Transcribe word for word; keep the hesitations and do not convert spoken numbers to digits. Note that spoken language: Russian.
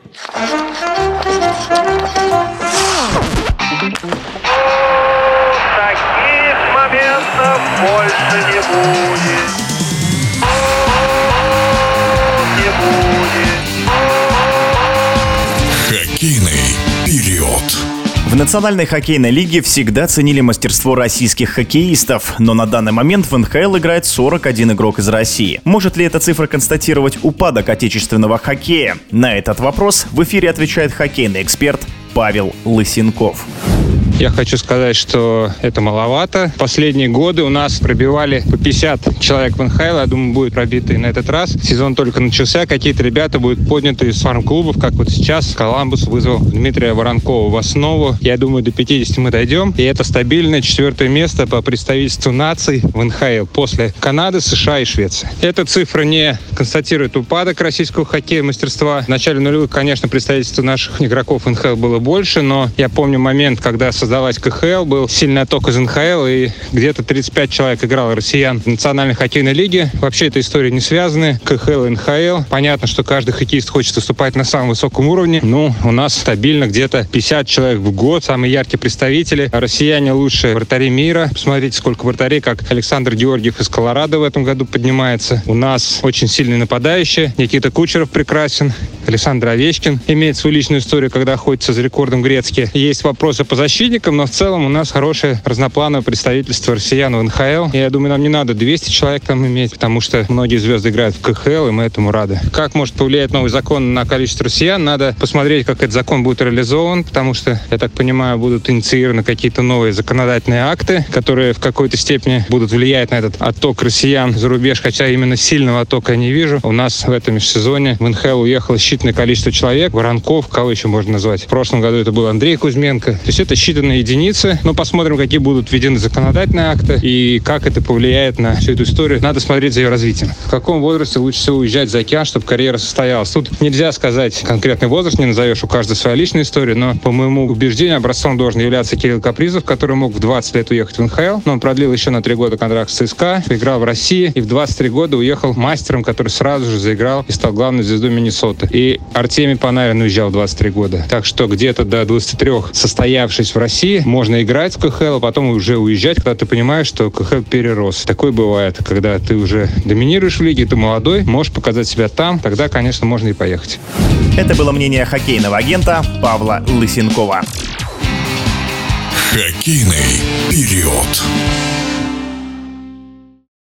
Таких моментов больше не будет. Не будет. Хоккейный период. В Национальной хоккейной лиге всегда ценили мастерство российских хоккеистов, но на данный момент в эн ха эл играет сорок один игрок из России. Может ли эта цифра констатировать упадок отечественного хоккея? На этот вопрос в эфире отвечает хоккейный эксперт Павел Лысенков. Я хочу сказать, что это маловато. Последние годы у нас пробивали по пятьдесят человек в эн ха эл. Я думаю, будет пробито и на этот раз. Сезон только начался. Какие-то ребята будут подняты из фарм-клубов, как вот сейчас Коламбус вызвал Дмитрия Воронкова в основу. Я думаю, до пятидесяти мы дойдем. И это стабильное четвертое место по представительству наций в эн ха эл после Канады, США и Швеции. Эта цифра не констатирует упадок российского хоккея мастерства. В начале нулевых, конечно, представительство наших игроков в эн ха эл было больше, но я помню момент, когда создалась ка ха эл, был сильный отток из эн ха эл, и где-то тридцать пять человек играло россиян в Национальной хоккейной лиге. Вообще эта история не связаны. ка ха эл и эн ха эл. Понятно, что каждый хоккеист хочет выступать на самом высоком уровне. Ну, у нас стабильно где-то пятьдесят человек в год. Самые яркие представители. Россияне лучшие вратари мира. Посмотрите, сколько вратарей, как Александр Георгиев из Колорадо в этом году поднимается. У нас очень сильные нападающие. Никита Кучеров прекрасен. Александр Овечкин имеет свою личную историю, когда охотится за рекордом Грецки. Есть вопросы по защитникам, но в целом у нас хорошее разноплановое представительство россиян в эн ха эл. И я думаю, нам не надо двести человек там иметь, потому что многие звезды играют в ка ха эл, и мы этому рады. Как может повлиять новый закон на количество россиян? Надо посмотреть, как этот закон будет реализован, потому что, я так понимаю, будут инициированы какие-то новые законодательные акты, которые в какой-то степени будут влиять на этот отток россиян за рубеж, хотя именно сильного оттока я не вижу. У нас в этом межсезонье в эн ха эл уехало считанное количество человек. Воронков, кого еще можно назвать? В прошлом году это был Андрей Кузьменко. То есть это считанные единицы. Но посмотрим, какие будут введены законодательные акты и как это повлияет на всю эту историю. Надо смотреть за ее развитием. В каком возрасте лучше всего уезжать за океан, чтобы карьера состоялась? Тут нельзя сказать конкретный возраст, не назовешь, у каждого своя личная история, но по моему убеждению образцом должен являться Кирилл Капризов, который мог в двадцать лет уехать в эн ха эл, но он продлил еще на три года контракт с цэ эс ка, играл в России и в двадцать три года уехал мастером, который сразу же заиграл и стал главной звездой Миннесоты. И Артемий Панарин уезжал в двадцать три года. Так что где-то до двадцати трёх, состоявшись в России, можно играть в ка ха эл, а потом уже уезжать, когда ты понимаешь, что ка ха эл перерос. Такое бывает, когда ты уже доминируешь в лиге, ты молодой, можешь показать себя там, тогда, конечно, можно и поехать. Это было мнение хоккейного агента Павла Лысенкова. Хоккейный период.